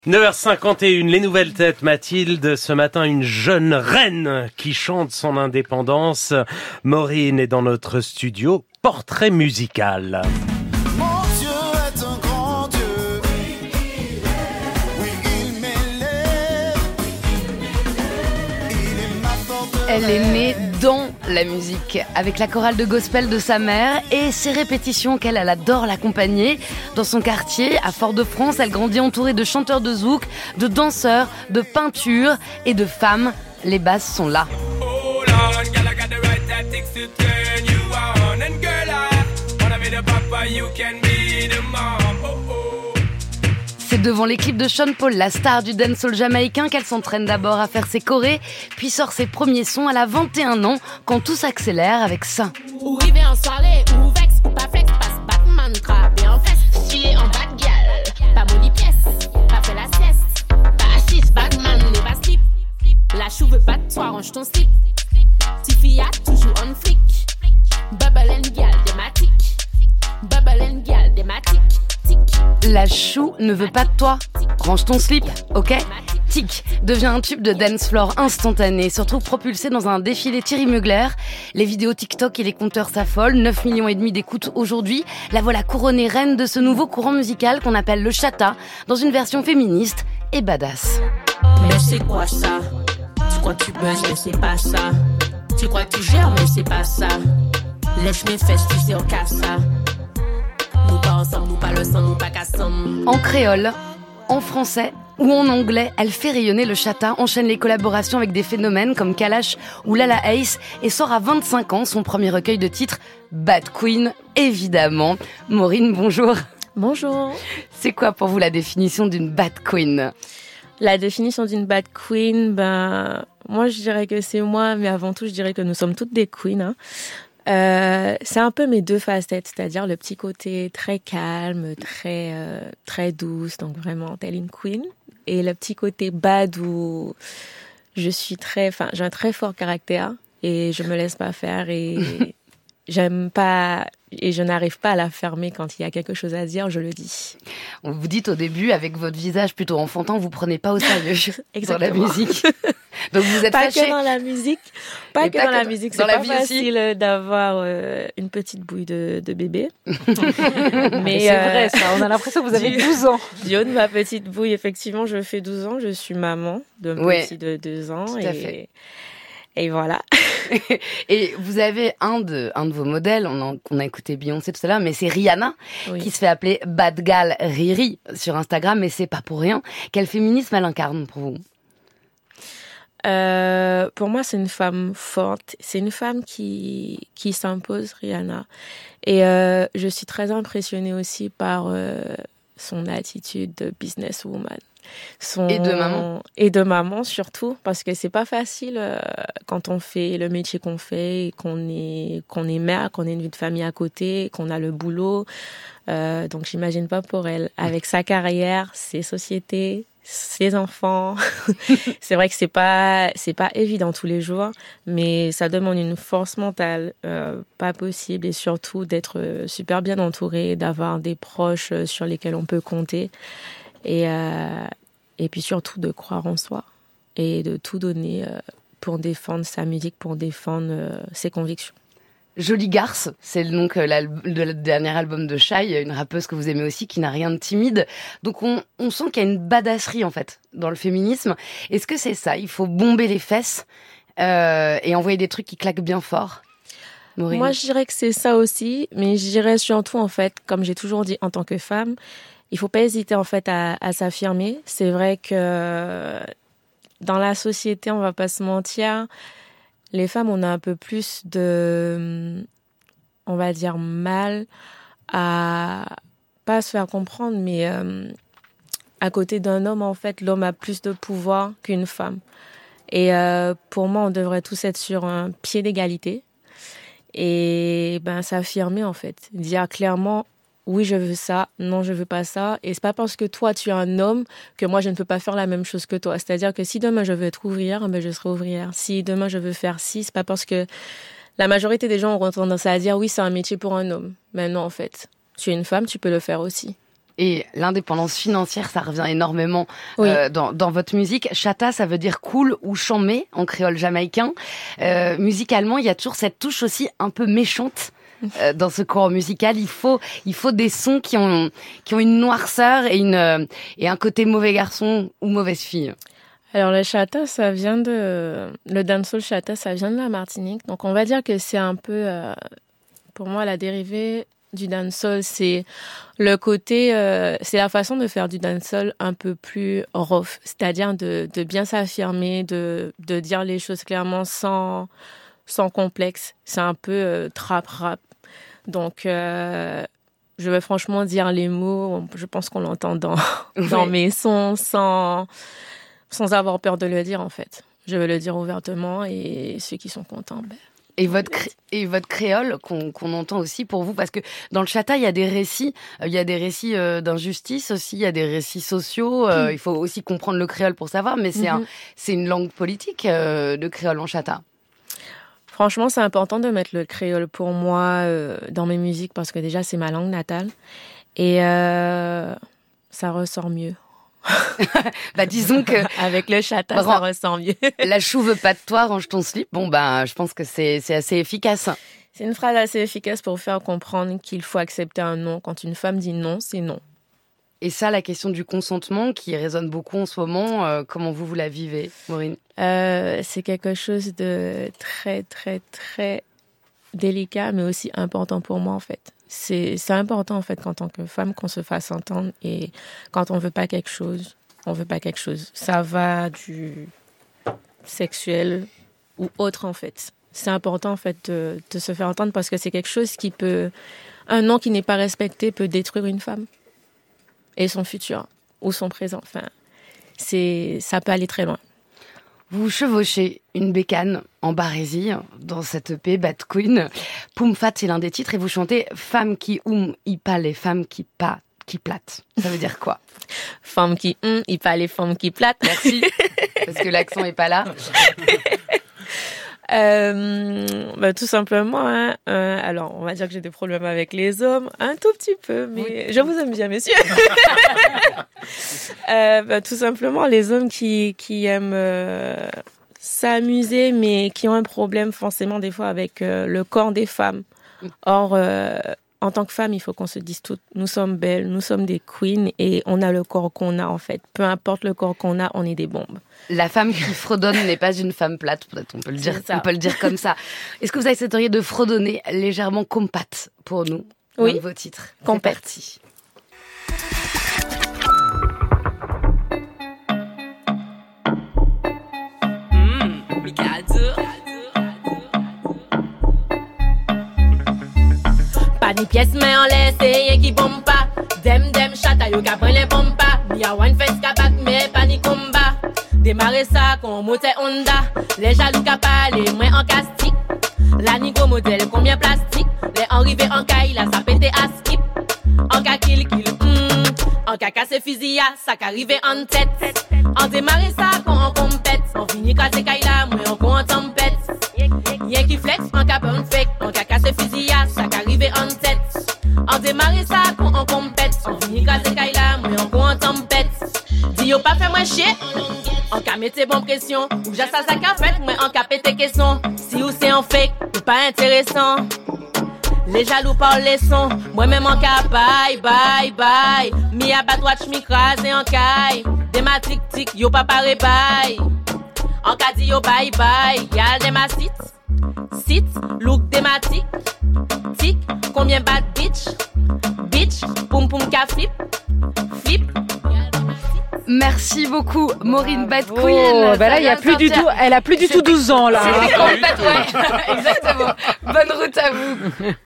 9h51, les nouvelles têtes, Mathilde. Ce matin, une jeune reine qui chante son indépendance. Maureen est dans notre studio. Portrait musical. Mon Dieu est un grand Dieu. Oui, il m'élève. Il est ma forteresse. Elle est née dans la musique, avec la chorale de gospel de sa mère et ses répétitions qu'elle adore l'accompagner. Dans son quartier, à Fort-de-France, elle grandit entourée de chanteurs de zouk, de danseurs, de peinture et de femmes. Les bases sont là. C'est devant les clips de Sean Paul, la star du dancehall jamaïcain, qu'elle s'entraîne d'abord à faire ses chorés, puis sort ses premiers sons. Elle a 21 ans, quand tout s'accélère avec ça. Ou rivé en soirée, ou vex, ou pas flex, passe Batman, crabé en fesse, tué en bad gal, pas moli pièce, pas fait la sieste, pas assise, Batman, n'est pas slip, la chou veut pas de toi, range ton slip, Tiffy a toujours on flic, bubble and gal, dématique, bubble and gal, dématique. La chou ne veut pas de toi. Range ton slip, ok? Tic devient un tube de dance floor instantané, se retrouve propulsé dans un défilé Thierry Mugler. Les vidéos TikTok et les compteurs s'affolent, 9,5 millions d'écoutes aujourd'hui. La voilà couronnée reine de ce nouveau courant musical qu'on appelle le chata, dans une version féministe et badass. Mais c'est quoi ça? Tu crois que tu buzzes, mais c'est pas ça. Tu crois que tu gères, mais c'est pas ça. Lèche mes fesses, tu sais, on casse ça. Nous pas ensemble, nous pas le sang, nous pas qu'assomble. En créole, en français ou en anglais, elle fait rayonner le chata, enchaîne les collaborations avec des phénomènes comme Kalash ou Lala Ace et sort à 25 ans son premier recueil de titres, Bad Queen, évidemment. Maureen, bonjour. Bonjour. C'est quoi pour vous la définition d'une Bad Queen? La définition d'une bad queen, moi je dirais que c'est moi, mais avant tout je dirais que nous sommes toutes des queens. Hein. C'est un peu mes deux facettes, c'est-à-dire le petit côté très calme, très douce, donc vraiment telle une queen, et le petit côté bad où j'ai un très fort caractère et je me laisse pas faire et j'aime pas et je n'arrive pas à la fermer quand il y a quelque chose à dire, je le dis. On vous dit au début, avec votre visage plutôt enfantin, vous prenez pas au sérieux dans la musique. Donc vous êtes pas fâchée. que dans la musique, pas que dans la musique. C'est dans la pas vie facile d'avoir une petite bouille de bébé. Mais c'est vrai, ça. On a l'impression que vous avez 12 ans. Du haut de ma petite bouille, effectivement, je fais 12 ans. Je suis maman d'un petit de 2 ans. Tout à fait. Et voilà. Et vous avez un de vos modèles, on a écouté Beyoncé tout à l'heure, mais c'est Rihanna, qui se fait appeler Bad Gal Riri sur Instagram, mais c'est pas pour rien. Quel féminisme elle incarne pour vous? Pour moi, c'est une femme forte. C'est une femme qui s'impose, Rihanna. Et je suis très impressionnée aussi par son attitude de businesswoman. Et de maman surtout, parce que c'est pas facile quand on fait le métier qu'on fait, et qu'on est mère, qu'on a une vie de famille à côté, qu'on a le boulot. Donc j'imagine pas pour elle. Avec sa carrière, ses sociétés, ses enfants. C'est vrai que c'est pas évident tous les jours, mais ça demande une force mentale pas possible, et surtout d'être super bien entouré, d'avoir des proches sur lesquels on peut compter. Et puis surtout de croire en soi et de tout donner pour défendre sa musique, pour défendre ses convictions. Jolie Garce, c'est le nom le dernier album de Shai, une rappeuse que vous aimez aussi, qui n'a rien de timide. Donc on sent qu'il y a une badasserie en fait dans le féminisme. Est-ce que c'est ça? Il faut bomber les fesses et envoyer des trucs qui claquent bien fort? Maureen? Moi je dirais que c'est ça aussi, mais je dirais surtout en fait, comme j'ai toujours dit en tant que femme, il faut pas hésiter en fait à s'affirmer. C'est vrai que dans la société, on va pas se mentir, les femmes, on a un peu plus de, on va dire, mal à pas se faire comprendre, mais à côté d'un homme, en fait, l'homme a plus de pouvoir qu'une femme. Et pour moi, on devrait tous être sur un pied d'égalité et s'affirmer en fait, dire clairement. Oui, je veux ça. Non, je veux pas ça. Et c'est pas parce que toi, tu es un homme que moi, je ne peux pas faire la même chose que toi. C'est-à-dire que si demain, je veux être ouvrière, je serai ouvrière. Si demain, je veux faire ci, c'est pas parce que la majorité des gens auront tendance à dire oui, c'est un métier pour un homme. Mais non, en fait, tu es une femme, tu peux le faire aussi. Et l'indépendance financière, ça revient énormément dans votre musique. Chata, ça veut dire cool ou chambé en créole jamaïcain. Musicalement, il y a toujours cette touche aussi un peu méchante. Dans ce courant musical, il faut des sons qui ont une noirceur et un côté mauvais garçon ou mauvaise fille. Alors le chata, le dancehall chata, ça vient de la Martinique. Donc on va dire que c'est un peu, pour moi, la dérivée du dancehall, c'est le côté, c'est la façon de faire du dancehall un peu plus rough, c'est-à-dire de bien s'affirmer, de dire les choses clairement sans complexe. C'est un peu trap rap. Donc je vais franchement dire les mots. Je pense qu'on l'entend dans mes sons sans avoir peur de le dire, en fait. Je vais le dire ouvertement et ceux qui sont contents, Et votre créole qu'on entend aussi pour vous, parce que dans le chata, il y a des récits d'injustice aussi, il y a des récits sociaux. Il faut aussi comprendre le créole pour savoir, mais c'est une langue politique, le créole en chata. Franchement, c'est important de mettre le créole pour moi dans mes musiques parce que déjà, c'est ma langue natale et ça ressort mieux. Disons que avec le chata, ça ressent mieux. La chou veut pas de toi, range ton slip. Je pense que c'est assez efficace. C'est une phrase assez efficace pour faire comprendre qu'il faut accepter un non. Quand une femme dit non, c'est non. Et ça, la question du consentement qui résonne beaucoup en ce moment, comment vous la vivez, Maureen ? C'est quelque chose de très, très, très délicat, mais aussi important pour moi, en fait. C'est important, en fait, qu'en tant que femme, qu'on se fasse entendre. Et quand on veut pas quelque chose, on veut pas quelque chose. Ça va du sexuel ou autre, en fait. C'est important, en fait, de se faire entendre parce que c'est quelque chose qui peut... Un non qui n'est pas respecté peut détruire une femme et son futur ou son présent. Enfin, ça peut aller très loin. Vous chevauchez une bécane en barésie dans cette EP Bad Queen. Poum Fat, c'est l'un des titres et vous chantez « Femme qui y pas les femmes qui plate ». Ça veut dire quoi ? Femme qui y pas les femmes qui plate. Merci, parce que l'accent est pas là. Tout simplement, alors on va dire que j'ai des problèmes avec les hommes, un tout petit peu, mais je vous aime bien, messieurs. Tout simplement, les hommes qui aiment s'amuser, mais qui ont un problème forcément des fois avec le corps des femmes. Or, en tant que femme, il faut qu'on se dise toutes, nous sommes belles, nous sommes des queens et on a le corps qu'on a en fait. Peu importe le corps qu'on a, on est des bombes. La femme qui fredonne n'est pas une femme plate, peut-être on peut le dire comme ça. Est-ce que vous accepteriez de fredonner légèrement Compat pour nous ? Oui. De vos titres. Compat. C'est parti. Pas ni pièces mais en laisse et qui bombe pas. Dem chata yo ka prend les bombes pas. Mi a one face ka back mais pas ni combat. Démarrer ça qu'on monte Honda. Les jaloux ka parler moins en castique. La nigo modèle combien plastique. Les arrivés en caille là ça pété à skip. En ka kill en ka casse fusil ça ka arrivé en tête. En démarrer ça qu'on en compète. On finit casser caille là moi on en tempête. Y'a qui flex, en cap on fake, en ka casse fusil ça qu'arrive en tête. En démarrer ça qu'on en compète, on finit casser caille là, moi on en tempête. Dis yo pas fait moins chier, en ka mette bon pression, ou j'ai ça qu'a fait, moi en ka pété question. Si ou c'est en fake, c'est pas intéressant. Les jaloux parlent les sons, moi-même en ka bye. Mi a bat watch mi crase en caille, des ma tic yo pas paré bye. En ka di yo bye, y'a des ma sit, look thématique, tic, combien bad bitch, poum ka flip. Merci beaucoup, Maureen Bad Queen. Là, il y a plus du tout, elle a plus du tout 12 ans, là. C'était complètement, exactement. Bonne route à vous.